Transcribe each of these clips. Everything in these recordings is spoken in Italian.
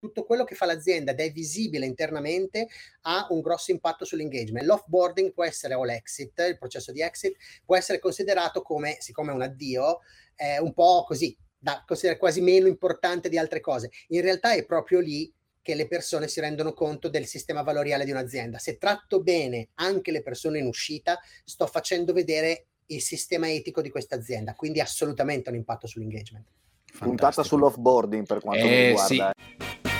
tutto quello che fa l'azienda ed è visibile internamente ha un grosso impatto sull'engagement. L'offboarding può essere, o l'exit, il processo di exit, può essere considerato come, siccome è un addio, un po' così, da considerare quasi meno importante di altre cose. In realtà è proprio lì che le persone si rendono conto del sistema valoriale di un'azienda. Se tratto bene anche le persone in uscita, sto facendo vedere il sistema etico di questa azienda, quindi assolutamente un impatto sull'engagement. Puntata sull'offboarding per quanto mi riguarda. Sì.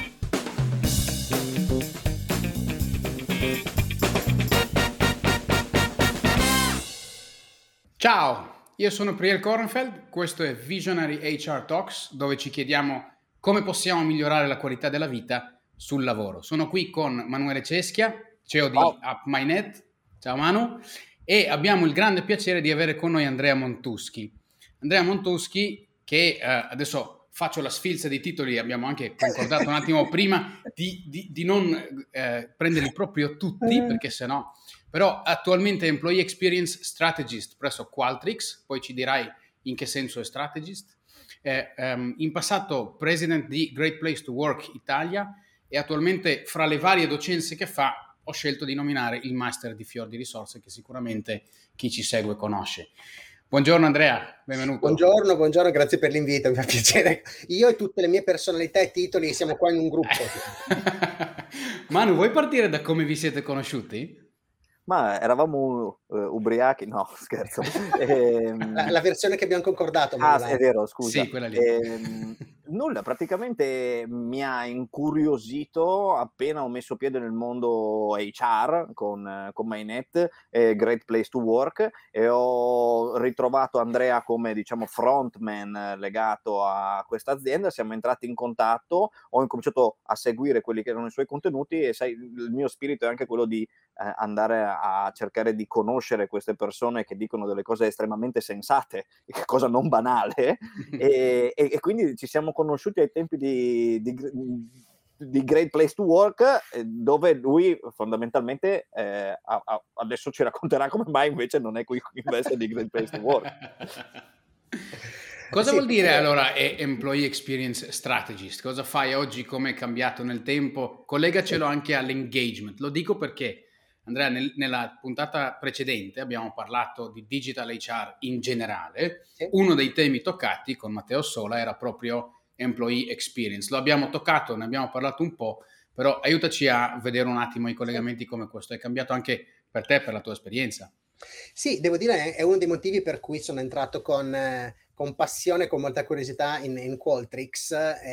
Ciao, io sono Priel Kornfeld, questo è Visionary HR Talks, dove ci chiediamo come possiamo migliorare la qualità della vita sul lavoro. Sono qui con Manuele Ceschia, CEO di UpMyNet. Ciao Manu. E abbiamo il grande piacere di avere con noi Andrea Montuschi. Andrea Montuschi, che adesso faccio la sfilza dei titoli, abbiamo anche concordato un attimo prima di non prenderli proprio tutti, perché sennò... Però attualmente è Employee Experience Strategist presso Qualtrics, poi ci dirai in che senso è strategist. In passato President di Great Place to Work Italia e attualmente fra le varie docenze che fa ho scelto di nominare il Master di Fior di Risorse, che sicuramente chi ci segue conosce. Buongiorno Andrea, benvenuto. Buongiorno, grazie per l'invito, mi fa piacere. Io e tutte le mie personalità e titoli siamo qua in un gruppo. Manu, vuoi partire da come vi siete conosciuti? Ma eravamo ubriachi, no scherzo. La versione che abbiamo concordato. È vero, scusa. Sì, quella lì. Nulla, praticamente mi ha incuriosito appena ho messo piede nel mondo HR con MyNet, Great Place to Work, e ho ritrovato Andrea come, diciamo, frontman legato a questa azienda. Siamo entrati in contatto, ho incominciato a seguire quelli che erano i suoi contenuti e sai, il mio spirito è anche quello di andare a cercare di conoscere queste persone che dicono delle cose estremamente sensate, cosa non banale, e quindi ci siamo conosciuti ai tempi di Great Place to Work, dove lui fondamentalmente adesso ci racconterà come mai invece non è qui in veste di Great Place to Work. Cosa vuol dire allora Employee Experience Strategist? Cosa fai oggi? Come è cambiato nel tempo? Collegacelo anche all'engagement. Lo dico perché, Andrea, nella puntata precedente abbiamo parlato di digital HR in generale. Sì. Uno dei temi toccati con Matteo Sola era proprio Employee Experience. Lo abbiamo toccato, ne abbiamo parlato un po', però aiutaci a vedere un attimo i collegamenti come questo. È cambiato anche per te, per la tua esperienza? Sì, devo dire è uno dei motivi per cui sono entrato con passione, con molta curiosità in Qualtrics,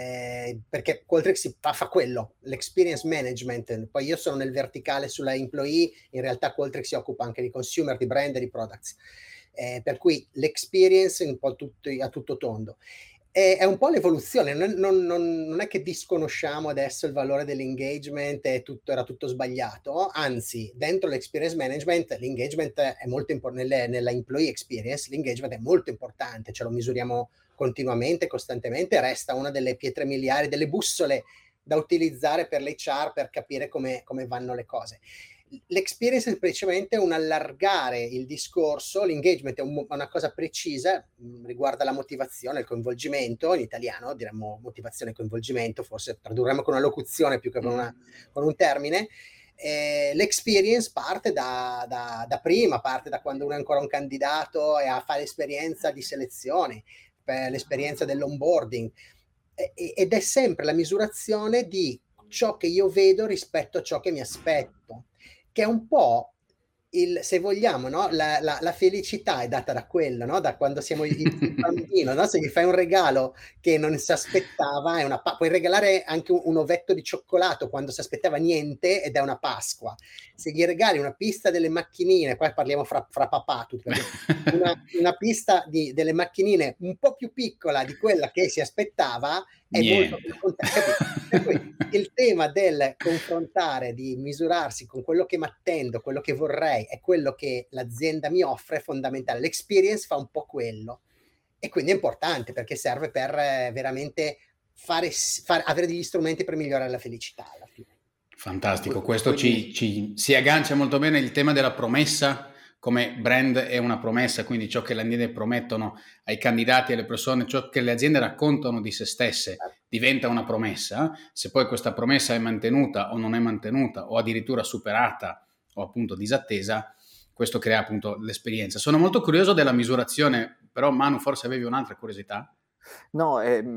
perché Qualtrics fa quello, l'experience management. Poi io sono nel verticale sulla employee, in realtà Qualtrics si occupa anche di consumer, di brand e di products, per cui l'experience un po' a tutto tondo. È un po' l'evoluzione, non è che disconosciamo adesso il valore dell'engagement e era tutto sbagliato, anzi dentro l'experience management l'engagement è molto importante, nella employee experience l'engagement è molto importante, ce lo misuriamo continuamente, costantemente, resta una delle pietre miliari, delle bussole da utilizzare per l'HR per capire come vanno le cose. L'experience è semplicemente un allargare il discorso, l'engagement è una cosa precisa, riguarda la motivazione, il coinvolgimento, in italiano diremmo motivazione e coinvolgimento, forse tradurremo con una locuzione più che con un termine. L'experience parte da prima, parte da quando uno è ancora un candidato e fa l'esperienza di selezione, l'esperienza dell'onboarding, ed è sempre la misurazione di ciò che io vedo rispetto a ciò che mi aspetto, che è un po' se vogliamo, no? La felicità è data da quello, no? Da quando siamo il bambino, no? Se gli fai un regalo che non si aspettava, puoi regalare anche un ovetto di cioccolato quando si aspettava niente ed è una Pasqua. Se gli regali una pista delle macchinine, qua parliamo fra papà, una pista delle macchinine un po' più piccola di quella che si aspettava, è molto più contento. Il tema del confrontare, di misurarsi con quello che mi attendo, quello che vorrei e quello che l'azienda mi offre è fondamentale. L'experience fa un po' quello e quindi è importante perché serve per veramente avere degli strumenti per migliorare la felicità alla fine. Fantastico, questo ci si aggancia molto bene il tema della promessa come brand è una promessa, quindi ciò che le aziende promettono ai candidati e alle persone, ciò che le aziende raccontano di se stesse diventa una promessa. Se poi questa promessa è mantenuta o non è mantenuta o addirittura superata o appunto disattesa, questo crea appunto l'esperienza. Sono molto curioso della misurazione, però Manu, forse avevi un'altra curiosità? No,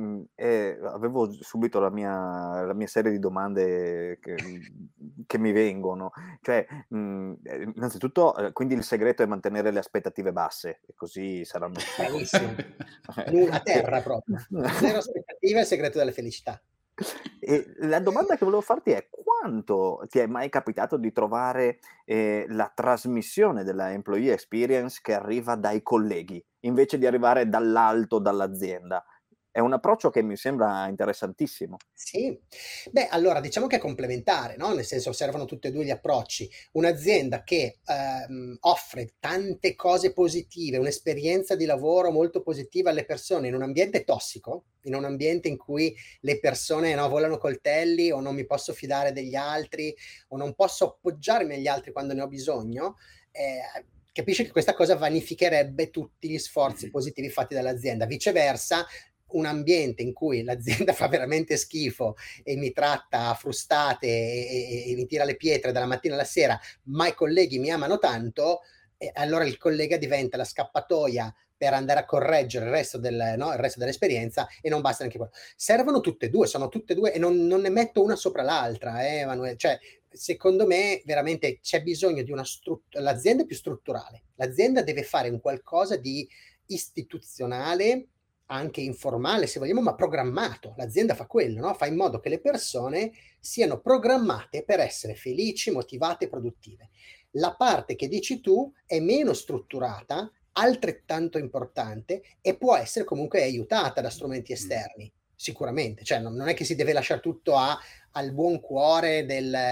avevo subito la mia serie di domande che mi vengono. Cioè, innanzitutto, quindi il segreto è mantenere le aspettative basse, e così saranno Bravissimo. A terra proprio. Zero aspettative è il segreto della felicità. E la domanda che volevo farti è: quanto ti è mai capitato di trovare la trasmissione della employee experience che arriva dai colleghi, invece di arrivare dall'alto, dall'azienda? È un approccio che mi sembra interessantissimo. Sì, beh, allora diciamo che è complementare, no? Nel senso servono tutti e due gli approcci. Un'azienda che offre tante cose positive, un'esperienza di lavoro molto positiva alle persone in un ambiente tossico, in un ambiente in cui le persone volano coltelli o non mi posso fidare degli altri o non posso appoggiarmi agli altri quando ne ho bisogno, capisci che questa cosa vanificherebbe tutti gli sforzi positivi fatti dall'azienda. Viceversa, un ambiente in cui l'azienda fa veramente schifo e mi tratta a frustate e mi tira le pietre dalla mattina alla sera, ma i colleghi mi amano tanto, allora il collega diventa la scappatoia per andare a correggere il resto dell'esperienza, e non basta neanche quello. Servono tutte e due, sono tutte e due, e non ne metto una sopra l'altra, Emanuele. Cioè, secondo me veramente c'è bisogno di l'azienda è più strutturale, l'azienda deve fare un qualcosa di istituzionale, anche informale se vogliamo, ma programmato. L'azienda fa quello, no? Fa in modo che le persone siano programmate per essere felici, motivate e produttive. La parte che dici tu è meno strutturata, altrettanto importante, e può essere comunque aiutata da strumenti esterni, sicuramente. Cioè non è che si deve lasciare tutto al buon cuore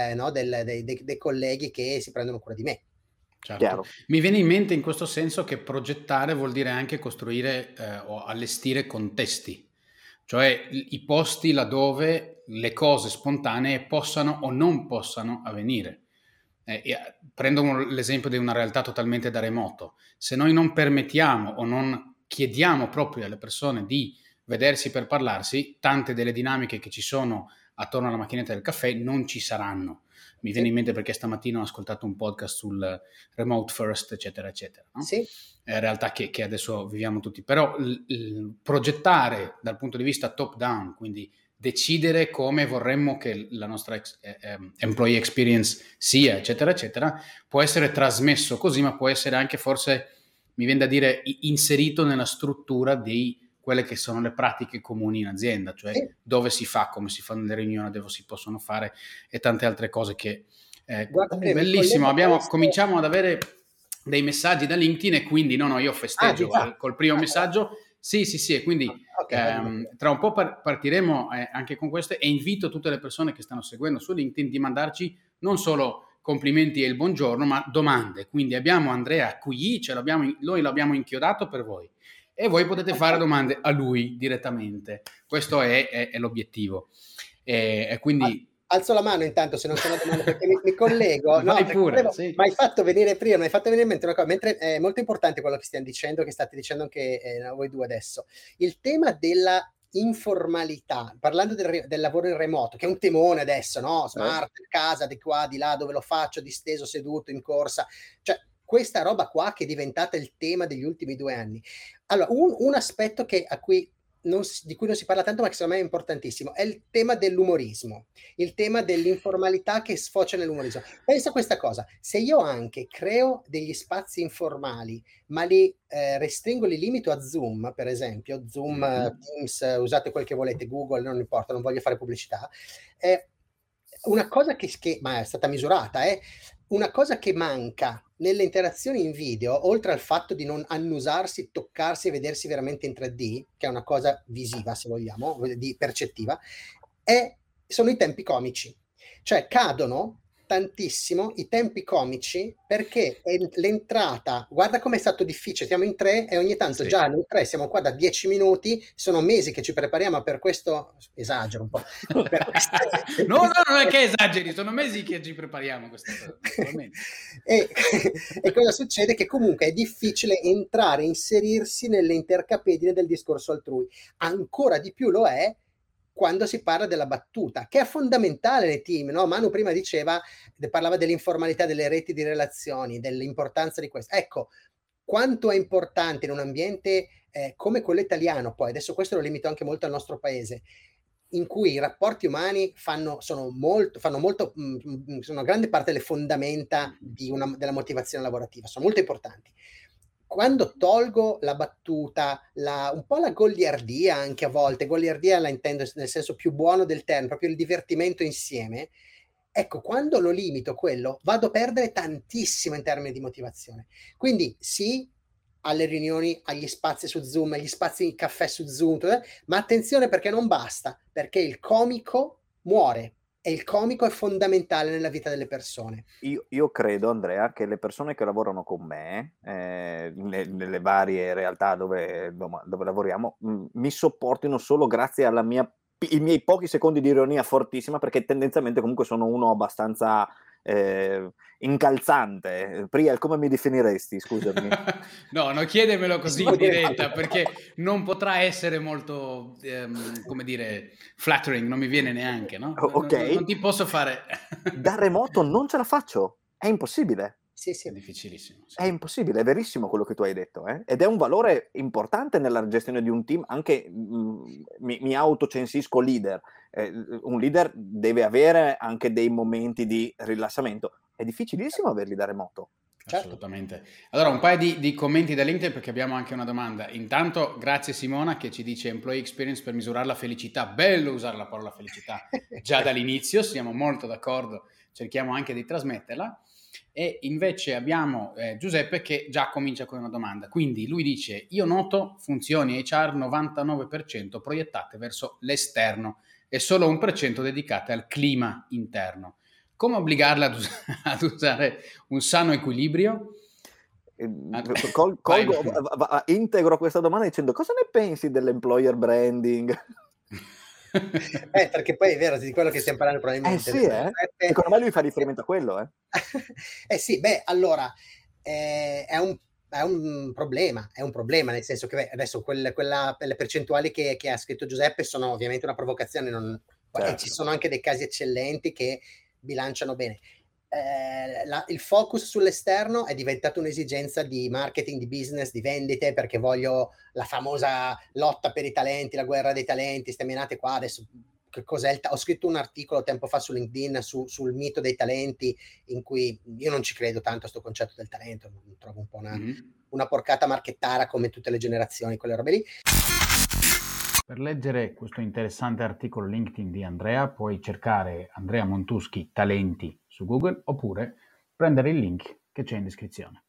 dei colleghi che si prendono cura di me. Certo. Chiaro. Mi viene in mente in questo senso che progettare vuol dire anche costruire o allestire contesti, cioè i posti laddove le cose spontanee possano o non possano avvenire. Prendo l'esempio di una realtà totalmente da remoto. Se noi non permettiamo o non chiediamo proprio alle persone di vedersi per parlarsi, tante delle dinamiche che ci sono attorno alla macchinetta del caffè non ci saranno. Mi viene in mente perché stamattina ho ascoltato un podcast sul remote first, eccetera, eccetera. No? Sì. Realtà che adesso viviamo tutti. Però progettare dal punto di vista top down, quindi decidere come vorremmo che la nostra employee experience sia, eccetera, eccetera, può essere trasmesso così, ma può essere anche forse, mi viene da dire, inserito nella struttura di quelle che sono le pratiche comuni in azienda, cioè dove si fa, come si fanno le riunioni, dove si possono fare e tante altre cose che... Guarda, bellissimo, cominciamo ad avere dei messaggi da LinkedIn e quindi io festeggio col primo messaggio. Sì, e quindi tra un po' partiremo anche con queste, e invito tutte le persone che stanno seguendo su LinkedIn di mandarci non solo complimenti e il buongiorno, ma domande. Quindi abbiamo Andrea qui, noi l'abbiamo inchiodato per voi e voi potete fare domande a lui direttamente. Questo è l'obiettivo. E quindi... Alzo la mano intanto se non sono domande, perché mi collego. Vai pure, sì. Ma hai fatto venire prima, mi hai fatto venire in mente una cosa, mentre è molto importante quello che stiamo dicendo, che state dicendo anche voi due adesso. Il tema della informalità, parlando del lavoro in remoto, che è un temone adesso, no? Smart, casa, di qua, di là, dove lo faccio, disteso, seduto, in corsa. Cioè, questa roba qua che è diventata il tema degli ultimi 2 anni. Allora, un aspetto di cui non si parla tanto, ma che secondo me è importantissimo, è il tema dell'umorismo, il tema dell'informalità che sfocia nell'umorismo. Pensa a questa cosa: se io anche creo degli spazi informali, ma li restringo, li limito a Zoom, per esempio, Zoom, Teams, usate quel che volete, Google, non importa, non voglio fare pubblicità, una cosa ma è stata misurata, una cosa che manca nelle interazioni in video, oltre al fatto di non annusarsi, toccarsi e vedersi veramente in 3D, che è una cosa visiva, se vogliamo, percettiva, sono i tempi comici. Cioè cadono tantissimo i tempi comici, perché l'entrata, guarda com'è stato difficile, siamo in 3 e ogni tanto già noi 3 siamo qua da 10 minuti, sono mesi che ci prepariamo per questo, esagero un po', per questo, no, non è che esageri, sono mesi che ci prepariamo a questa cosa. E cosa succede? Che comunque è difficile entrare, inserirsi nelle intercapedine del discorso altrui, ancora di più lo è quando si parla della battuta, che è fondamentale nei team, no? Manu prima parlava dell'informalità delle reti di relazioni, dell'importanza di questo. Ecco, quanto è importante in un ambiente come quello italiano, poi adesso questo lo limito anche molto al nostro paese, in cui i rapporti umani sono una grande parte delle fondamenta della motivazione lavorativa, sono molto importanti. Quando tolgo la battuta, un po' la goliardia anche a volte, goliardia la intendo nel senso più buono del termine, proprio il divertimento insieme, ecco, quando lo limito quello, vado a perdere tantissimo in termini di motivazione. Quindi sì, alle riunioni, agli spazi su Zoom, agli spazi di caffè su Zoom, ma attenzione perché non basta, perché il comico muore. E il comico è fondamentale nella vita delle persone. Io credo, Andrea, che le persone che lavorano con me, nelle varie realtà dove lavoriamo, mi sopportino solo grazie ai miei pochi secondi di ironia fortissima, perché tendenzialmente comunque sono uno abbastanza incalzante. Priel, come mi definiresti? Scusami. No, non chiedermelo così in diretta, perché non potrà essere molto, come dire, flattering, non mi viene neanche, no? Ok. Non ti posso fare... Da remoto non ce la faccio, è impossibile. Sì, sì. È difficilissimo. Sì. È impossibile, è verissimo quello che tu hai detto, ed è un valore importante nella gestione di un team. Anche mi autocensisco leader. Un leader deve avere anche dei momenti di rilassamento. È difficilissimo averli da remoto. Assolutamente. Allora, un paio di commenti da LinkedIn, perché abbiamo anche una domanda. Intanto, grazie Simona che ci dice employee experience per misurare la felicità. Bello usare la parola felicità già dall'inizio, siamo molto d'accordo, cerchiamo anche di trasmetterla. E invece abbiamo Giuseppe che già comincia con una domanda. Quindi lui dice: io noto funzioni HR 99% proiettate verso l'esterno e solo 1% dedicate al clima interno. Come obbligarla ad usare un sano equilibrio? Integro questa domanda dicendo: cosa ne pensi dell'employer branding? Perché poi è vero, di quello che stiamo parlando probabilmente. Sì, secondo me lui fa riferimento a quello. Sì, allora è un problema, nel senso che adesso quelle percentuali che ha scritto Giuseppe sono ovviamente una provocazione, certo. E ci sono anche dei casi eccellenti che bilanciano bene. Il focus sull'esterno è diventato un'esigenza di marketing, di business, di vendite, perché voglio la famosa lotta per i talenti, la guerra dei talenti, sterminate qua adesso. Che cos'è ho scritto un articolo tempo fa su LinkedIn sul mito dei talenti, in cui io non ci credo tanto a sto concetto del talento, trovo un po' una porcata marchettara come tutte le generazioni, quelle robe lì. Per leggere questo interessante articolo LinkedIn di Andrea puoi cercare Andrea Montuschi Talenti su Google oppure prendere il link che c'è in descrizione.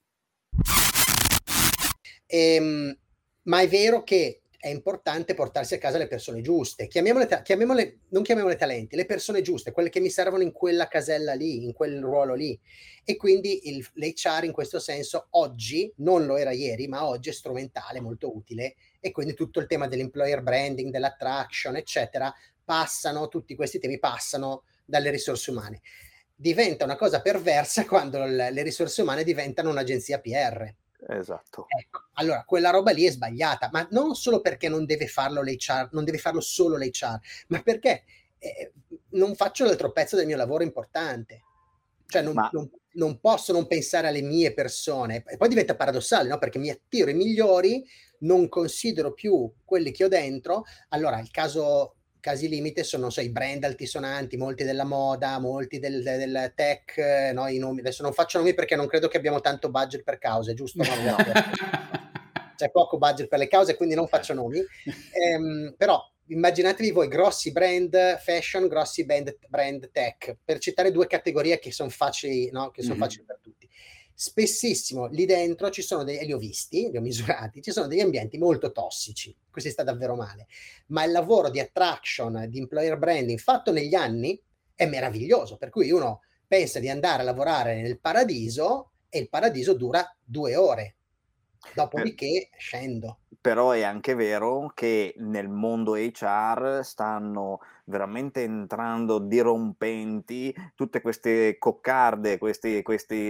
Ma è vero che è importante portarsi a casa le persone giuste, non chiamiamole talenti, le persone giuste, quelle che mi servono in quella casella lì, in quel ruolo lì. E quindi l'HR in questo senso oggi, non lo era ieri, ma oggi è strumentale, molto utile, e quindi tutto il tema dell'employer branding, dell'attraction, eccetera, tutti questi temi passano dalle risorse umane. Diventa una cosa perversa quando le risorse umane diventano un'agenzia PR. Esatto. Ecco, allora quella roba lì è sbagliata, ma non solo perché non deve farlo l'HR, non deve farlo solo l'HR, ma perché non faccio l'altro pezzo del mio lavoro importante. Cioè non posso non pensare alle mie persone. E poi diventa paradossale, no? Perché mi attiro i migliori, non considero più quelli che ho dentro. Allora, casi limite sono, i brand altisonanti, molti della moda, molti del tech, no? I nomi, adesso non faccio nomi perché non credo che abbiamo tanto budget per cause, giusto? No. C'è poco budget per le cause, quindi non faccio nomi. Però immaginatevi voi grossi brand fashion, grossi brand tech, per citare due categorie che sono facili, no? Che sono facili per tutti. Spessissimo lì dentro ci sono li ho visti, li ho misurati, ci sono degli ambienti molto tossici, questo sta davvero male, ma il lavoro di attraction, di employer branding fatto negli anni è meraviglioso, per cui uno pensa di andare a lavorare nel paradiso e il paradiso dura 2 ore, dopodiché scendo. Però è anche vero che nel mondo HR stanno veramente entrando dirompenti tutte queste coccarde, questi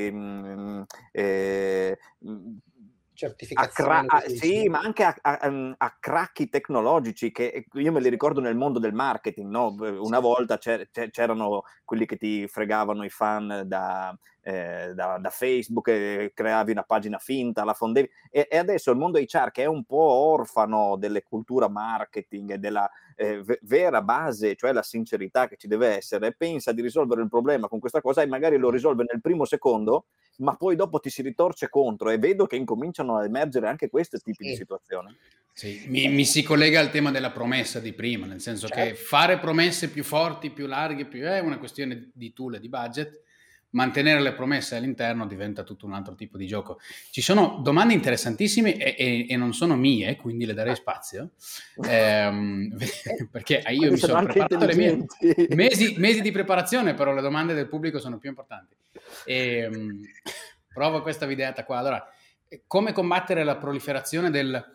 Certificazioni. sì, ma anche accracchi tecnologici che io me li ricordo nel mondo del marketing, no? Una volta c'erano quelli che ti fregavano i fan da Facebook, e creavi una pagina finta, la fondevi, e adesso il mondo HR, che è un po' orfano delle culture marketing e della vera base, cioè la sincerità che ci deve essere, pensa di risolvere il problema con questa cosa e magari lo risolve nel primo secondo, ma poi dopo ti si ritorce contro, e vedo che incominciano a emergere anche questi tipi di situazioni. Sì, mi si collega al tema della promessa di prima, nel senso che fare promesse più forti, più larghe, è una questione di tool e di budget. Mantenere le promesse all'interno diventa tutto un altro tipo di gioco. Ci sono domande interessantissime e non sono mie, quindi le darei spazio, perché io mi sono preparato le mie mesi di preparazione, però le domande del pubblico sono più importanti. Provo questa videata qua. Allora, come combattere la proliferazione del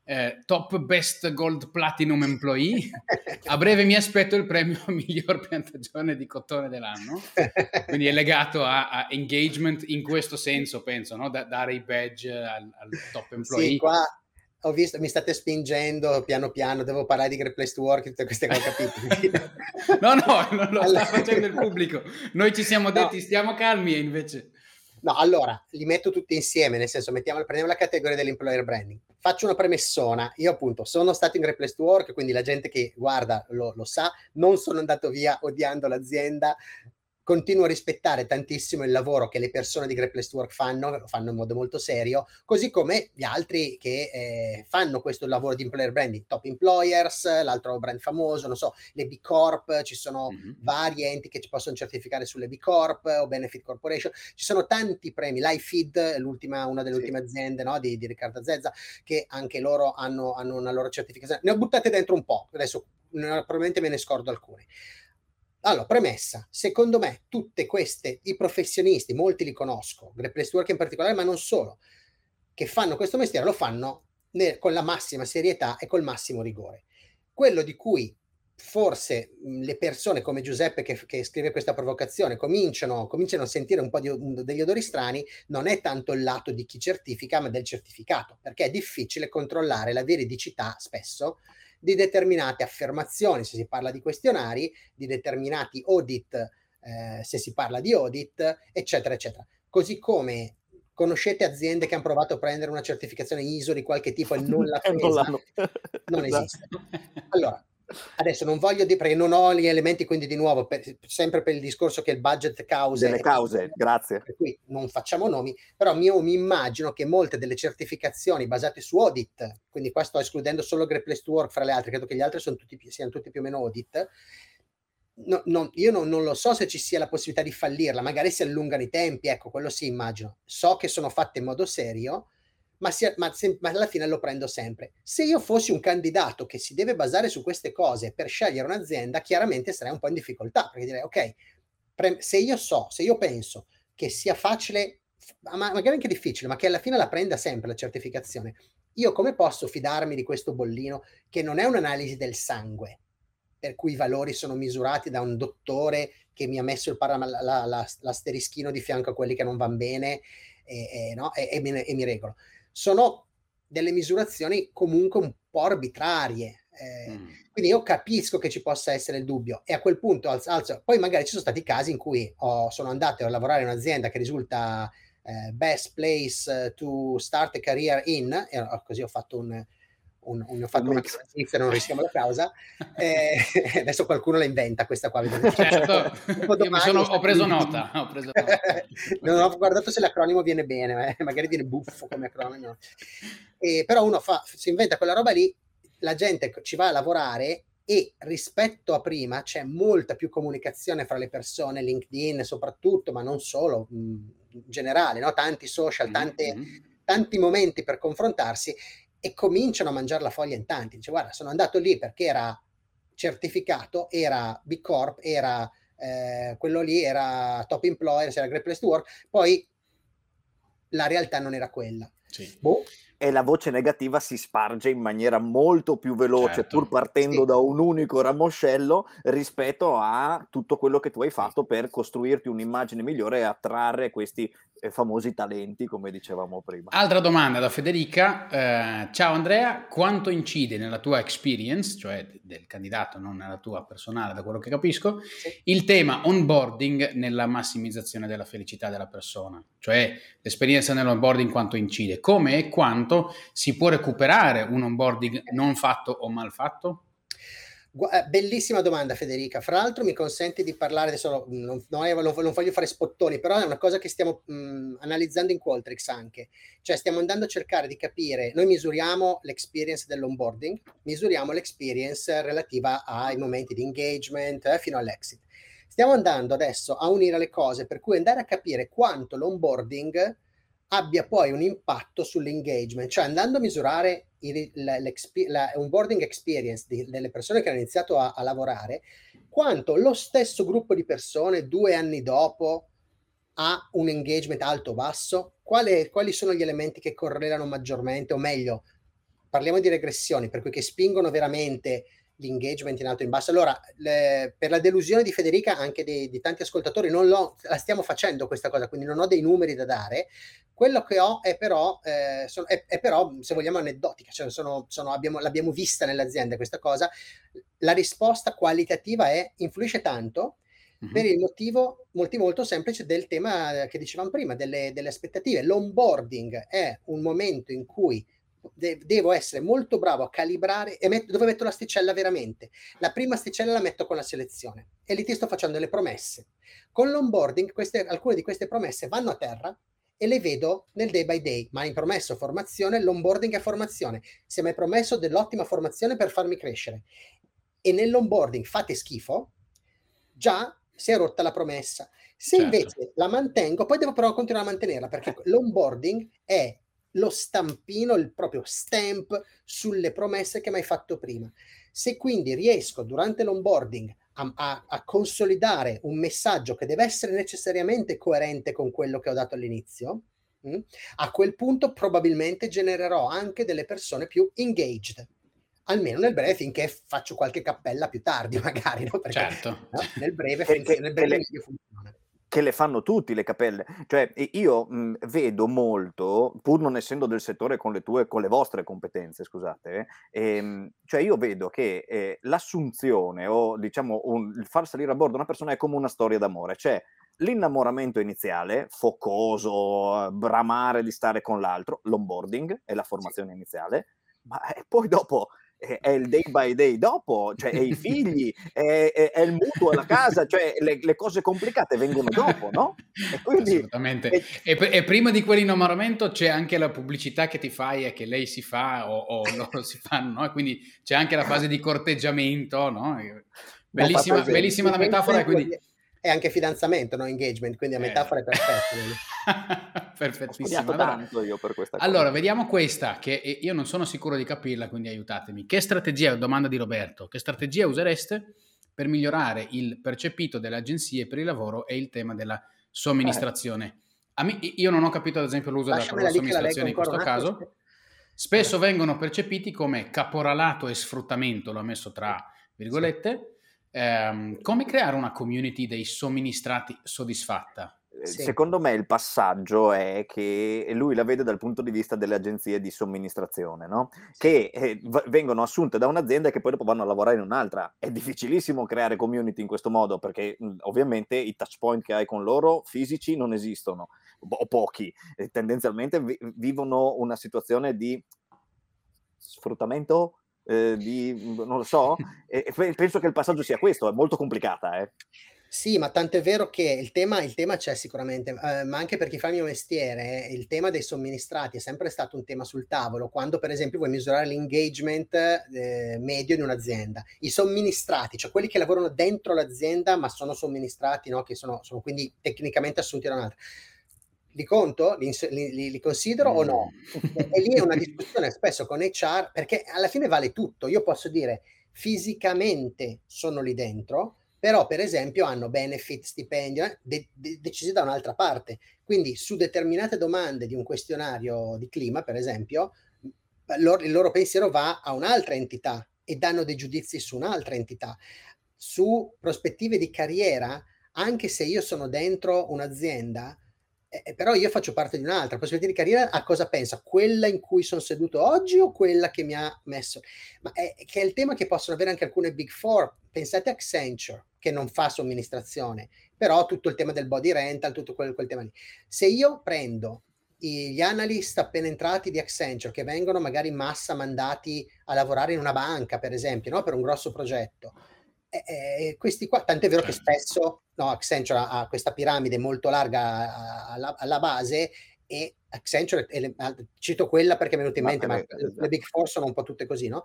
top best gold platinum employee? A breve mi aspetto il premio miglior piantagione di cotone dell'anno, quindi è legato a engagement in questo senso, penso, no? Dare i badge al top employee. Sì, qua ho visto, mi state spingendo piano piano, devo parlare di Great Place to Work, tutte queste cose, capito? No, non lo sta facendo il pubblico, noi ci siamo detti stiamo calmi e invece... No, allora, li metto tutti insieme, nel senso, prendiamo la categoria dell'employer branding. Faccio una premessona, io appunto sono stato in Great Place to Work, quindi la gente che guarda lo sa, non sono andato via odiando l'azienda, continuo a rispettare tantissimo il lavoro che le persone di Great Place to Work fanno, lo fanno in modo molto serio, così come gli altri che fanno questo lavoro di employer branding, Top Employers, l'altro brand famoso, non so, le B Corp, ci sono vari enti che ci possono certificare sulle B Corp o Benefit Corporation, ci sono tanti premi, LifeFeed, una delle ultime aziende, no, di Riccardo Zezza, che anche loro hanno una loro certificazione. Ne ho buttate dentro un po', adesso probabilmente me ne scordo alcune. Allora, premessa, secondo me tutte queste, i professionisti, molti li conosco, Great Place to Work in particolare, ma non solo, che fanno questo mestiere, lo fanno con la massima serietà e col massimo rigore. Quello di cui forse le persone come Giuseppe che scrive questa provocazione cominciano a sentire un po' degli odori strani, non è tanto il lato di chi certifica, ma del certificato, perché è difficile controllare la veridicità spesso di determinate affermazioni se si parla di questionari, di determinati audit se si parla di audit, eccetera, eccetera. Così come conoscete aziende che hanno provato a prendere una certificazione ISO di qualche tipo e non l'ha presa? Non esiste. Allora, adesso non voglio dire, perché non ho gli elementi, quindi di nuovo, sempre per il discorso che il budget cause... Delle cause, grazie. Per cui non facciamo nomi, però io mi immagino che molte delle certificazioni basate su audit, quindi qua sto escludendo solo Great Place to Work fra le altre, credo che gli altri siano tutti più o meno audit, io non lo so se ci sia la possibilità di fallirla, magari si allungano i tempi, ecco, quello sì, immagino. So che sono fatte in modo serio, ma alla fine lo prendo sempre. Se io fossi un candidato che si deve basare su queste cose per scegliere un'azienda, chiaramente sarei un po' in difficoltà, perché direi, ok, se io penso che sia facile, magari anche difficile, ma che alla fine la prenda sempre la certificazione, io come posso fidarmi di questo bollino che non è un'analisi del sangue, per cui i valori sono misurati da un dottore che mi ha messo l'asterischino di fianco a quelli che non vanno bene e mi regolo. Sono delle misurazioni comunque un po' arbitrarie. Quindi io capisco che ci possa essere il dubbio e a quel punto poi magari ci sono stati casi in cui sono andato a lavorare in un'azienda che risulta best place to start a career in, e così ho fatto una transizione, non rischiamo la causa. Adesso qualcuno la inventa questa qua. Certo, ho preso nota. Non ho guardato se l'acronimo viene bene, magari viene buffo come acronimo. Però uno si inventa quella roba lì, la gente ci va a lavorare e rispetto a prima c'è molta più comunicazione fra le persone, LinkedIn soprattutto, ma non solo, in generale, no? Tanti social, tanti momenti per confrontarsi, e cominciano a mangiare la foglia in tanti. Dice, guarda, sono andato lì perché era certificato, era B Corp, era quello lì era top employer, era great place to work, poi la realtà non era quella. Sì. Boh. E la voce negativa si sparge in maniera molto più veloce, Certo. pur partendo Sì. da un unico ramoscello, rispetto a tutto quello che tu hai fatto per costruirti un'immagine migliore e attrarre questi famosi talenti, come dicevamo prima. Altra domanda da Federica. Ciao Andrea, quanto incide nella tua experience, cioè del candidato, non nella tua personale, da quello che capisco, Sì. il tema onboarding nella massimizzazione della felicità della persona? Cioè l'esperienza nell'onboarding quanto incide? Come e quanto si può recuperare un onboarding non fatto o mal fatto? Bellissima domanda, Federica. Fra l'altro mi consente di parlare, adesso non voglio fare spottoni, però è una cosa che stiamo analizzando in Qualtrics anche. Cioè stiamo andando a cercare di capire, noi misuriamo l'experience dell'onboarding, misuriamo l'experience relativa ai momenti di engagement fino all'exit. Stiamo andando adesso a unire le cose, per cui andare a capire quanto l'onboarding abbia poi un impatto sull'engagement, cioè andando a misurare la onboarding experience delle persone che hanno iniziato a lavorare, quanto lo stesso gruppo di persone 2 anni dopo ha un engagement alto o basso, quali sono gli elementi che correlano maggiormente, o meglio, parliamo di regressioni, per cui che spingono veramente l'engagement in alto e in basso. Allora, per la delusione di Federica, anche di tanti ascoltatori, la stiamo facendo questa cosa, quindi non ho dei numeri da dare. Quello che ho è però, se vogliamo, aneddotica, cioè l'abbiamo vista nell'azienda questa cosa. La risposta qualitativa influisce tanto per il motivo molto semplice del tema che dicevamo prima, delle aspettative. L'onboarding è un momento in cui devo essere molto bravo a calibrare e dove metto la sticella veramente. La prima sticella la metto con la selezione e lì ti sto facendo le promesse. Con l'onboarding alcune di queste promesse vanno a terra e le vedo nel day by day. Ma hai promesso formazione, l'onboarding è formazione. Se mi hai promesso dell'ottima formazione per farmi crescere e nell'onboarding fate schifo, già si è rotta la promessa. Se invece la mantengo, poi devo però continuare a mantenerla, perché l'onboarding è lo stampino, il proprio stamp sulle promesse che mi hai fatto prima. Se quindi riesco durante l'onboarding a consolidare un messaggio che deve essere necessariamente coerente con quello che ho dato all'inizio, a quel punto probabilmente genererò anche delle persone più engaged, almeno nel breve, finché faccio qualche cappella più tardi magari, no? Perché Certo. no? Nel breve medio funziona. Che le fanno tutti le cappelle, cioè io vedo molto, pur non essendo del settore con le vostre competenze, scusate, cioè io vedo che l'assunzione o diciamo il far salire a bordo una persona è come una storia d'amore, cioè l'innamoramento iniziale, focoso, bramare di stare con l'altro, l'onboarding è la formazione iniziale, ma poi dopo è il day by day dopo, cioè è i figli, è il mutuo, la casa, cioè le cose complicate vengono dopo, no? E quindi, assolutamente. E prima di quell'innamoramento c'è anche la pubblicità che ti fai e che lei si fa o loro si fanno, no? E quindi c'è anche la fase di corteggiamento, no? Bellissima la metafora. Quindi è anche fidanzamento, no? Engagement, quindi la metafora è perfetta. Perfettissima. Tanto io per questa cosa. Allora, vediamo questa, che io non sono sicuro di capirla, quindi aiutatemi. Che strategia, domanda di Roberto, che strategia usereste per migliorare il percepito delle agenzie per il lavoro e il tema della somministrazione? Io non ho capito, ad esempio, l'uso della parola somministrazione in questo caso. Spesso vengono percepiti come caporalato e sfruttamento, l'ho messo tra virgolette. Come creare una community dei somministrati soddisfatta? Sì. Secondo me il passaggio è che lui la vede dal punto di vista delle agenzie di somministrazione, no? Sì. Che vengono assunte da un'azienda e che poi dopo vanno a lavorare in un'altra. È difficilissimo creare community in questo modo, perché ovviamente i touch point che hai con loro fisici non esistono, o pochi. Tendenzialmente vivono una situazione di sfruttamento, non lo so, e penso che il passaggio sia questo, è molto complicata, Sì, ma tanto è vero che il tema c'è sicuramente, ma anche per chi fa il mio mestiere, il tema dei somministrati è sempre stato un tema sul tavolo, quando per esempio vuoi misurare l'engagement medio in un'azienda. I somministrati, cioè quelli che lavorano dentro l'azienda ma sono somministrati, no? Che sono quindi tecnicamente assunti da un'altra. Li conto? Li considero o no? E lì è una discussione spesso con HR, perché alla fine vale tutto. Io posso dire fisicamente sono lì dentro, però per esempio hanno benefit, stipendio, decisi da un'altra parte. Quindi su determinate domande di un questionario di clima, per esempio, il loro pensiero va a un'altra entità e danno dei giudizi su un'altra entità. Su prospettive di carriera, anche se io sono dentro un'azienda, però io faccio parte di un'altra prospettiva di carriera, a cosa pensa? Quella in cui sono seduto oggi o quella che mi ha messo? Ma che è il tema che possono avere anche alcune Big Four. Pensate a Accenture, che non fa somministrazione, però tutto il tema del body rental, tutto quel tema lì. Se io prendo gli analyst appena entrati di Accenture, che vengono magari in massa mandati a lavorare in una banca, per esempio, no? Per un grosso progetto, questi qua, tant'è vero che spesso Accenture ha questa piramide molto larga alla base, e Accenture, cito quella perché mi è venuta in mente, ma le Big Four sono un po' tutte così, no?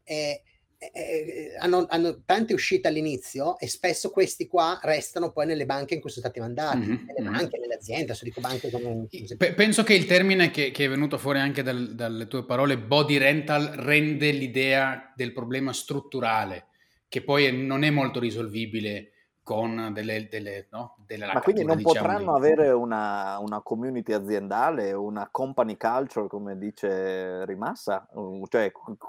Hanno tante uscite all'inizio e spesso questi qua restano poi nelle banche in cui sono stati mandati, nelle banche, nelle aziende. Adesso dico banche come... Penso che il termine che è venuto fuori anche dalle tue parole, body rental, rende l'idea del problema strutturale, che poi non è molto risolvibile con delle ma quindi non potranno avere una community aziendale, una company culture, come dice Rimassa? Cioè,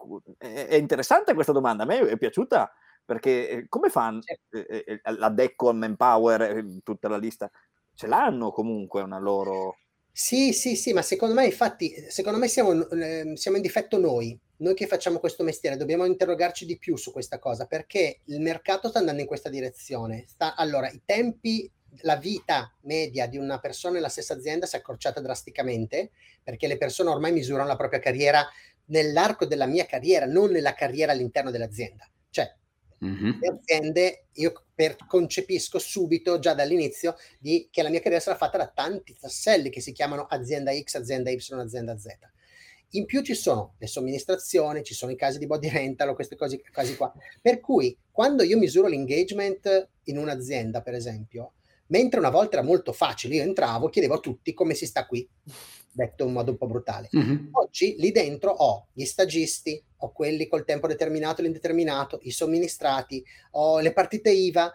è interessante questa domanda, a me è piaciuta, perché come fanno la Decco, Manpower, tutta la lista, ce l'hanno comunque una loro... Sì, ma secondo me, infatti, siamo in difetto noi che facciamo questo mestiere, dobbiamo interrogarci di più su questa cosa, perché il mercato sta andando in questa direzione. Allora, i tempi, la vita media di una persona nella stessa azienda si è accorciata drasticamente, perché le persone ormai misurano la propria carriera nell'arco della mia carriera, non nella carriera all'interno dell'azienda. Cioè, le aziende, io concepisco subito, già dall'inizio, che la mia carriera sarà fatta da tanti tasselli che si chiamano azienda X, azienda Y, azienda Z. In più ci sono le somministrazioni, ci sono i casi di body rental, queste cose qua. Per cui, quando io misuro l'engagement in un'azienda, per esempio, mentre una volta era molto facile, io entravo, chiedevo a tutti come si sta qui, detto in modo un po' brutale. Oggi lì dentro ho gli stagisti, ho quelli col tempo determinato e l'indeterminato, i somministrati, ho le partite IVA,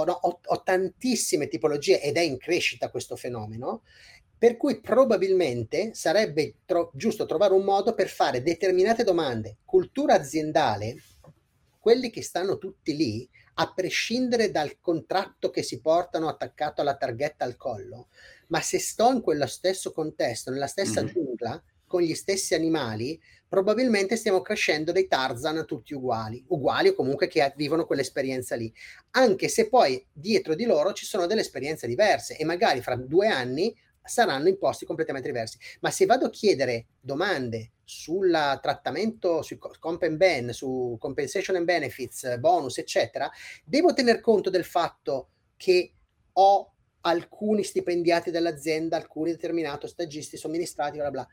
ho tantissime tipologie, ed è in crescita questo fenomeno, per cui probabilmente sarebbe giusto trovare un modo per fare determinate domande. Cultura aziendale, quelli che stanno tutti lì, a prescindere dal contratto che si portano attaccato alla targhetta al collo, ma se sto in quello stesso contesto, nella stessa giungla, con gli stessi animali, probabilmente stiamo crescendo dei Tarzan tutti uguali o comunque che vivono quell'esperienza lì, anche se poi dietro di loro ci sono delle esperienze diverse e magari fra 2 anni saranno in posti completamente diversi. Ma se vado a chiedere domande sul trattamento, sui comp and ben, su compensation and benefits, bonus, eccetera, devo tener conto del fatto che ho alcuni stipendiati dell'azienda, alcuni determinati stagisti, somministrati, bla bla,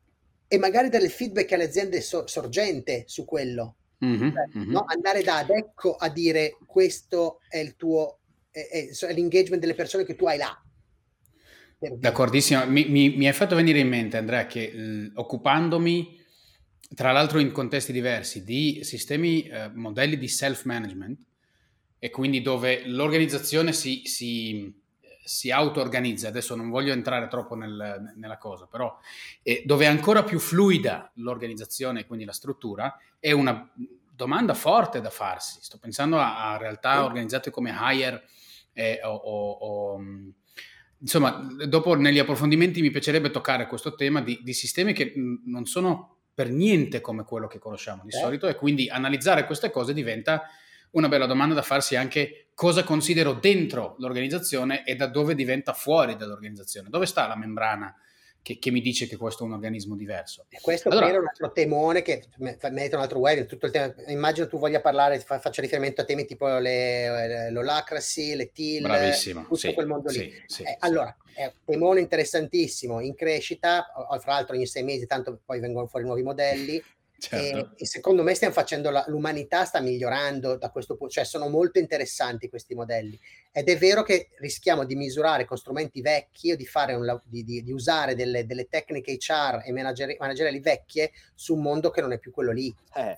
e magari dare il feedback alle aziende sorgente su quello. No? Andare da Adecco a dire questo è il tuo, è l'engagement delle persone che tu hai là. D'accordissimo, mi hai fatto venire in mente, Andrea, che occupandomi, tra l'altro in contesti diversi, di sistemi, modelli di self-management, e quindi dove l'organizzazione si auto-organizza, adesso non voglio entrare troppo nella cosa, però dove è ancora più fluida l'organizzazione, quindi la struttura, è una domanda forte da farsi. Sto pensando a realtà organizzate come Hire insomma, dopo negli approfondimenti mi piacerebbe toccare questo tema di sistemi che non sono per niente come quello che conosciamo di solito, e quindi analizzare queste cose diventa una bella domanda da farsi anche: cosa considero dentro l'organizzazione e da dove diventa fuori dall'organizzazione? Dove sta la membrana che mi dice che questo è un organismo diverso? E questo allora, era un altro temone che merita un altro web, tutto il tema. Immagino tu voglia parlare, faccia riferimento a temi tipo l'holacracy, le TIL, bravissimo, tutto quel mondo lì. Allora, è un temone interessantissimo, in crescita, fra l'altro ogni 6 mesi tanto poi vengono fuori nuovi modelli. Certo. E secondo me stiamo facendo l'umanità sta migliorando da questo punto, cioè sono molto interessanti questi modelli, ed è vero che rischiamo di misurare con strumenti vecchi o di fare di usare delle tecniche HR e manageriali vecchie su un mondo che non è più quello lì.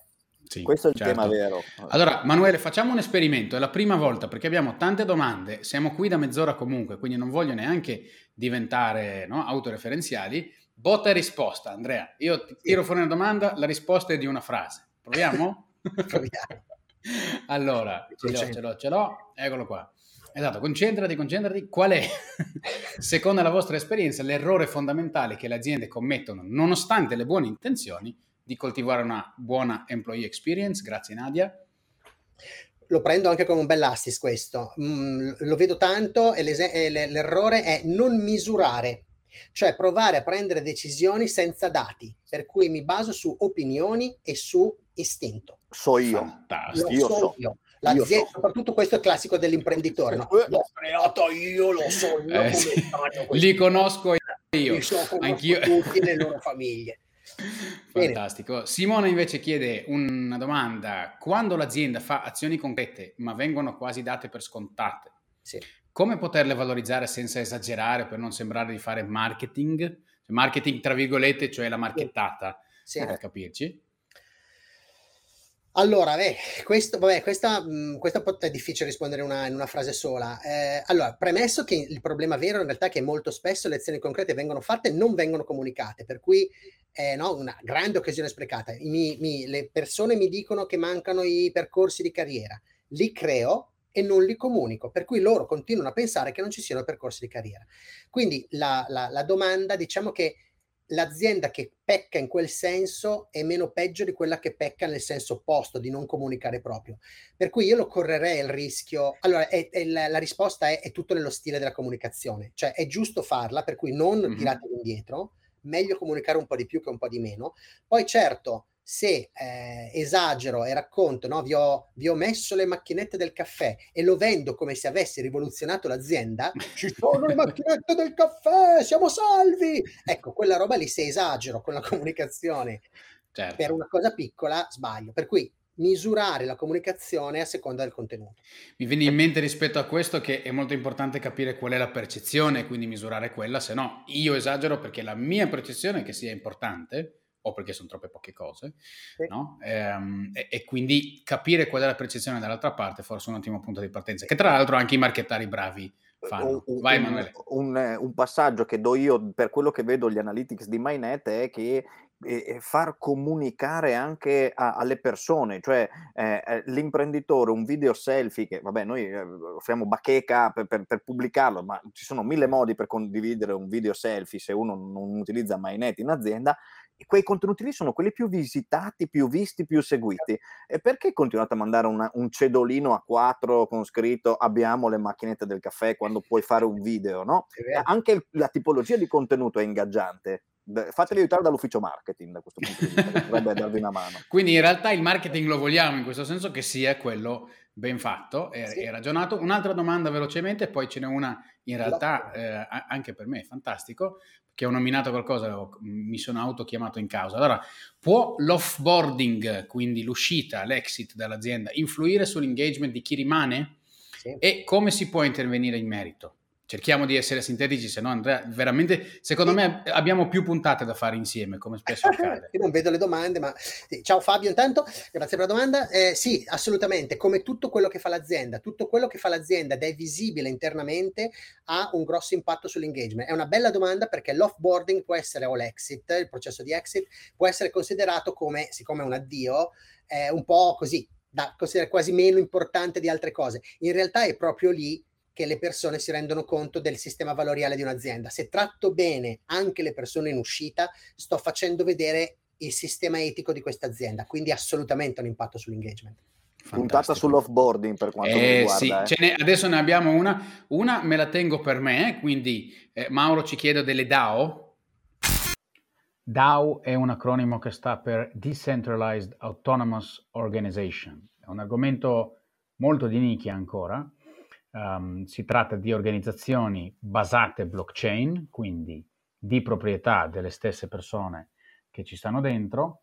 Sì, questo è il certo. tema vero. Allora, Manuele, facciamo un esperimento. È la prima volta perché abbiamo tante domande. Siamo qui da mezz'ora comunque, quindi non voglio neanche diventare, no, autoreferenziali. Botta e risposta, Andrea. Io ti tiro fuori una domanda, la risposta è di una frase. Proviamo? Proviamo. Allora, ce l'ho. Eccolo qua. Esatto, concentrati. Qual è, secondo la vostra esperienza, l'errore fondamentale che le aziende commettono, nonostante le buone intenzioni, di coltivare una buona employee experience? Grazie, Nadia. Lo prendo anche come un bell'assist questo. Lo vedo tanto e l'errore è non misurare, cioè provare a prendere decisioni senza dati, per cui mi baso su opinioni e su istinto. So io. Fantastico. L'azienda, soprattutto questo è classico dell'imprenditore, no? L'ho creata io, lo so io, sì. Li conosco io, anch'io, tutti le loro famiglie. Fantastico. Bene. Simona invece chiede una domanda: quando l'azienda fa azioni concrete ma vengono quasi date per scontate, sì, come poterle valorizzare senza esagerare per non sembrare di fare marketing tra virgolette, cioè la marchettata, per capirci? Allora, questa è difficile rispondere in una frase sola. Allora, premesso che il problema vero in realtà è che molto spesso le azioni concrete vengono fatte e non vengono comunicate, per cui una grande occasione sprecata. Le persone mi dicono che mancano i percorsi di carriera, li creo e non li comunico, per cui loro continuano a pensare che non ci siano percorsi di carriera. Quindi la domanda, diciamo che l'azienda che pecca in quel senso è meno peggio di quella che pecca nel senso opposto, di non comunicare proprio. Per cui io lo correrei il rischio. Allora, la risposta è tutto nello stile della comunicazione, cioè è giusto farla, per cui non tiratevi indietro, meglio comunicare un po' di più che un po' di meno. Poi certo, se esagero e racconto, no, vi ho messo le macchinette del caffè e lo vendo come se avessi rivoluzionato l'azienda, ci sono le macchinette del caffè, siamo salvi! Ecco, quella roba lì, se esagero con la comunicazione per una cosa piccola, sbaglio. Per cui misurare la comunicazione a seconda del contenuto. Mi viene in mente rispetto a questo che è molto importante capire qual è la percezione e quindi misurare quella, se no io esagero perché la mia percezione è che sia importante o perché sono troppe poche cose, no? E quindi capire qual è la percezione dall'altra parte forse è un ottimo punto di partenza, che tra l'altro anche i marchettari bravi fanno. Vai Emanuele. Un passaggio che do io per quello che vedo gli analytics di MyNet è che far comunicare anche alle persone, cioè l'imprenditore, un video selfie che vabbè noi offriamo bacheca per pubblicarlo, ma ci sono 1000 modi per condividere un video selfie se uno non utilizza MyNet in azienda. E quei contenuti lì sono quelli più visitati, più visti, più seguiti. E perché continuate a mandare un cedolino A4 con scritto abbiamo le macchinette del caffè quando puoi fare un video, no? Anche la tipologia di contenuto è ingaggiante. Fateli aiutare dall'ufficio marketing da questo punto di vista, che potrebbe darvi una mano. Quindi in realtà il marketing lo vogliamo in questo senso che sia quello ben fatto e ragionato. Un'altra domanda velocemente, poi ce n'è una in realtà anche per me fantastico, che ho nominato qualcosa, mi sono autochiamato in causa. Allora, può l'offboarding, quindi l'uscita, l'exit dall'azienda, influire sull'engagement di chi rimane? Sì. E come si può intervenire in merito? Cerchiamo di essere sintetici, se no Andrea, veramente, secondo me abbiamo più puntate da fare insieme, come spesso accade. Io non vedo le domande, ma ciao Fabio intanto, grazie per la domanda. Sì, assolutamente, come tutto quello che fa l'azienda ed è visibile internamente ha un grosso impatto sull'engagement. È una bella domanda perché l'offboarding può essere, o l'exit, il processo di exit, può essere considerato come, siccome è un addio, un po' così, da considerare quasi meno importante di altre cose. In realtà è proprio lì che le persone si rendono conto del sistema valoriale di un'azienda. Se tratto bene anche le persone in uscita, sto facendo vedere il sistema etico di questa azienda, quindi assolutamente un impatto sull'engagement. Puntata sull'offboarding per quanto mi riguarda. Sì. Adesso ne abbiamo una me la tengo per me, quindi Mauro ci chiede delle DAO. DAO è un acronimo che sta per Decentralized Autonomous Organization. È un argomento molto di nicchia ancora. Si tratta di organizzazioni basate blockchain, quindi di proprietà delle stesse persone che ci stanno dentro,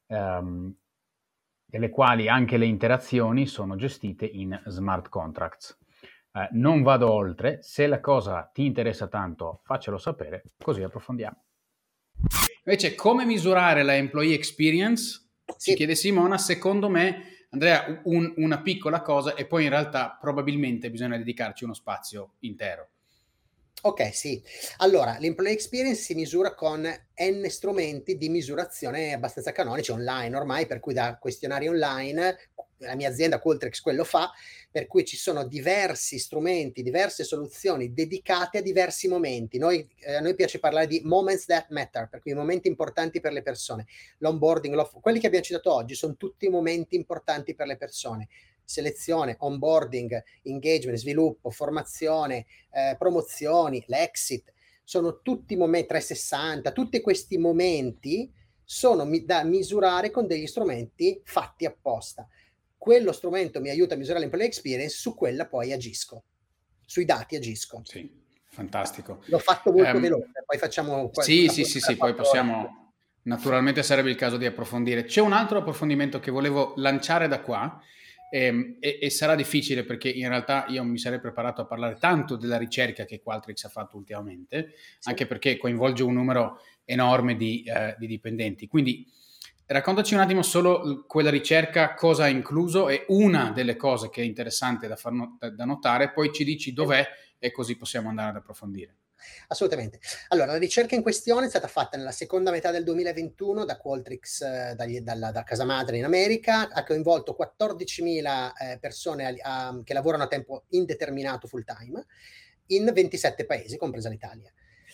delle quali anche le interazioni sono gestite in smart contracts. Non vado oltre, se la cosa ti interessa tanto faccelo sapere, così approfondiamo. Invece, come misurare la employee experience Ci chiede Simona, secondo me, Andrea, una piccola cosa e poi in realtà probabilmente bisogna dedicarci uno spazio intero. Ok, sì. Allora, l'employee experience si misura con N strumenti di misurazione abbastanza canonici online ormai, per cui da questionari online, la mia azienda Qualtrics quello fa, per cui ci sono diversi strumenti, diverse soluzioni dedicate a diversi momenti. A noi piace parlare di moments that matter, per cui i momenti importanti per le persone. L'onboarding, quelli che abbiamo citato oggi sono tutti momenti importanti per le persone. Selezione, onboarding, engagement, sviluppo, formazione, promozioni, l'exit, sono tutti momenti 360, tutti questi momenti sono da misurare con degli strumenti fatti apposta. Quello strumento mi aiuta a misurare l'employee experience, su quella poi agisco, sui dati agisco. Sì, fantastico. L'ho fatto molto veloce, poi facciamo... Sì, poi possiamo... Naturalmente sarebbe il caso di approfondire. C'è un altro approfondimento che volevo lanciare da qua, e sarà difficile perché in realtà io mi sarei preparato a parlare tanto della ricerca che Qualtrics ha fatto ultimamente, sì, anche perché coinvolge un numero enorme di dipendenti. Quindi raccontaci un attimo solo quella ricerca, cosa ha incluso, e una delle cose che è interessante da notare, poi ci dici dov'è e così possiamo andare ad approfondire. Assolutamente. Allora, la ricerca in questione è stata fatta nella seconda metà del 2021 da Qualtrics, da casa madre in America, ha coinvolto 14.000 persone che lavorano a tempo indeterminato full time in 27 paesi, compresa l'Italia.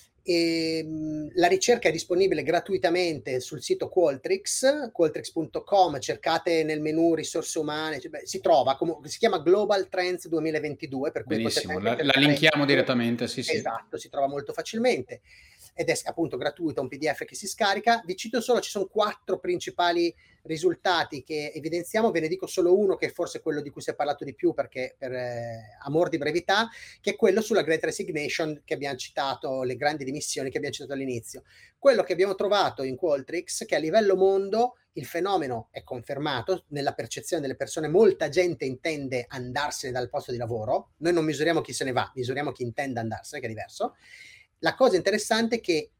La ricerca è disponibile gratuitamente sul sito Qualtrics, qualtrics.com, cercate nel menu risorse umane, si trova, si chiama Global Trends 2022, per cui benissimo, la linkiamo direttamente, sì. Esatto, si trova molto facilmente ed è appunto gratuito, un PDF che si scarica. Vi cito solo, ci sono 4 principali risultati che evidenziamo, ve ne dico solo uno che è forse quello di cui si è parlato di più perché per amor di brevità, che è quello sulla Great Resignation che abbiamo citato, le grandi dimissioni che abbiamo citato all'inizio. Quello che abbiamo trovato in Qualtrics, che a livello mondo il fenomeno è confermato nella percezione delle persone, molta gente intende andarsene dal posto di lavoro, noi non misuriamo chi se ne va, misuriamo chi intende andarsene, che è diverso. La cosa interessante è che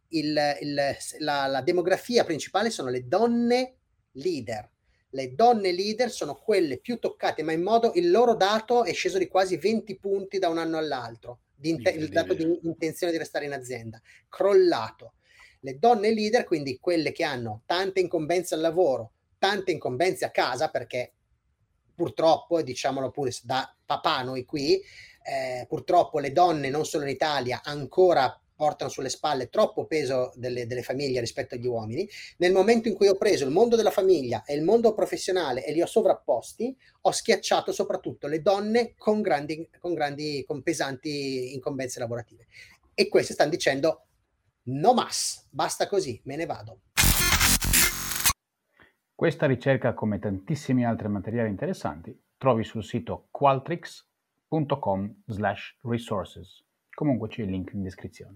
la demografia principale sono le donne leader. Le donne leader sono quelle più toccate, ma in modo, il loro dato è sceso di quasi 20 punti da un anno all'altro, il dato di intenzione di restare in azienda, crollato. Le donne leader, quindi quelle che hanno tante incombenze al lavoro, tante incombenze a casa, perché purtroppo, diciamolo pure da papà noi qui, purtroppo le donne, non solo in Italia, ancora portano sulle spalle troppo peso delle famiglie rispetto agli uomini. Nel momento in cui ho preso il mondo della famiglia e il mondo professionale e li ho sovrapposti, ho schiacciato soprattutto le donne con pesanti incombenze lavorative. E queste stanno dicendo no mas, basta così, me ne vado. Questa ricerca, come tantissimi altri materiali interessanti, trovi sul sito qualtrics.com/resources. Comunque c'è il link in descrizione.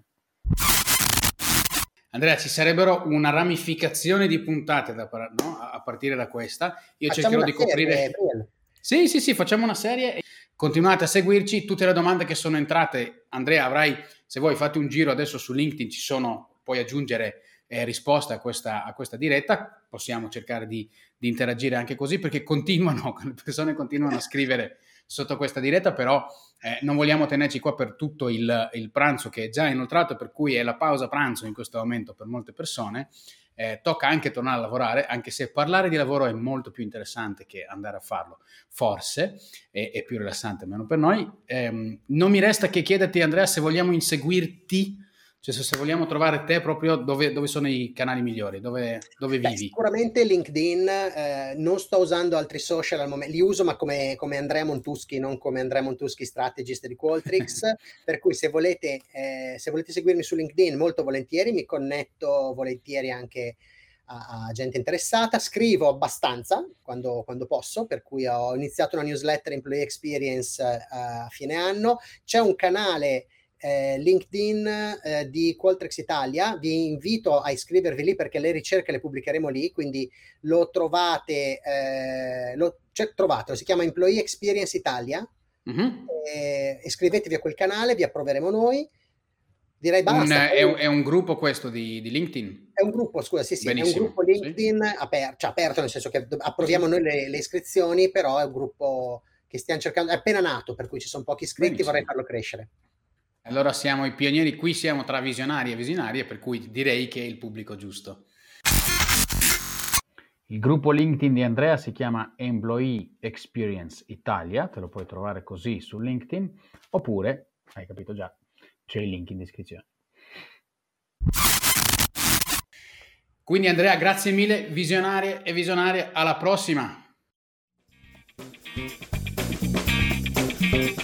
Andrea, ci sarebbero una ramificazione di puntate a partire da questa. Io cercherò di coprire... Sì, facciamo una serie. Continuate a seguirci. Tutte le domande che sono entrate, Andrea, avrai, se vuoi, fate un giro adesso su LinkedIn, ci sono, puoi aggiungere risposte a questa diretta. Possiamo cercare di interagire anche così, perché le persone continuano a scrivere sotto questa diretta, però non vogliamo tenerci qua per tutto il pranzo che è già inoltrato, per cui è la pausa pranzo in questo momento per molte persone. Tocca anche tornare a lavorare, anche se parlare di lavoro è molto più interessante che andare a farlo, forse è più rilassante, almeno per noi. Non mi resta che chiederti, Andrea, se vogliamo inseguirti, cioè se vogliamo trovare te proprio, dove sono i canali migliori, dove vivi? Sicuramente LinkedIn, non sto usando altri social al momento, li uso ma come Andrea Montuschi, non come Andrea Montuschi, strategist di Qualtrics, per cui se volete seguirmi su LinkedIn molto volentieri, mi connetto volentieri anche a gente interessata, scrivo abbastanza quando posso, per cui ho iniziato una newsletter Employee Experience a fine anno, c'è un canale LinkedIn di Qualtrics Italia, vi invito a iscrivervi lì perché le ricerche le pubblicheremo lì, quindi lo trovate, trovatelo, si chiama Employee Experience Italia. Iscrivetevi a quel canale, vi approveremo noi. Direi basta. È un gruppo questo di LinkedIn? È un gruppo, scusa, sì, Benissimo, è un gruppo LinkedIn aperto, nel senso che approviamo noi le iscrizioni, però è un gruppo che stiamo cercando, è appena nato, per cui ci sono pochi iscritti, Benissimo. vorrei farlo crescere. Allora siamo i pionieri, qui siamo tra visionari e visionarie, per cui direi che è il pubblico giusto. Il gruppo LinkedIn di Andrea si chiama Employee Experience Italia, te lo puoi trovare così su LinkedIn, oppure, hai capito già, c'è il link in descrizione. Quindi Andrea, grazie mille, visionarie e visionarie, alla prossima!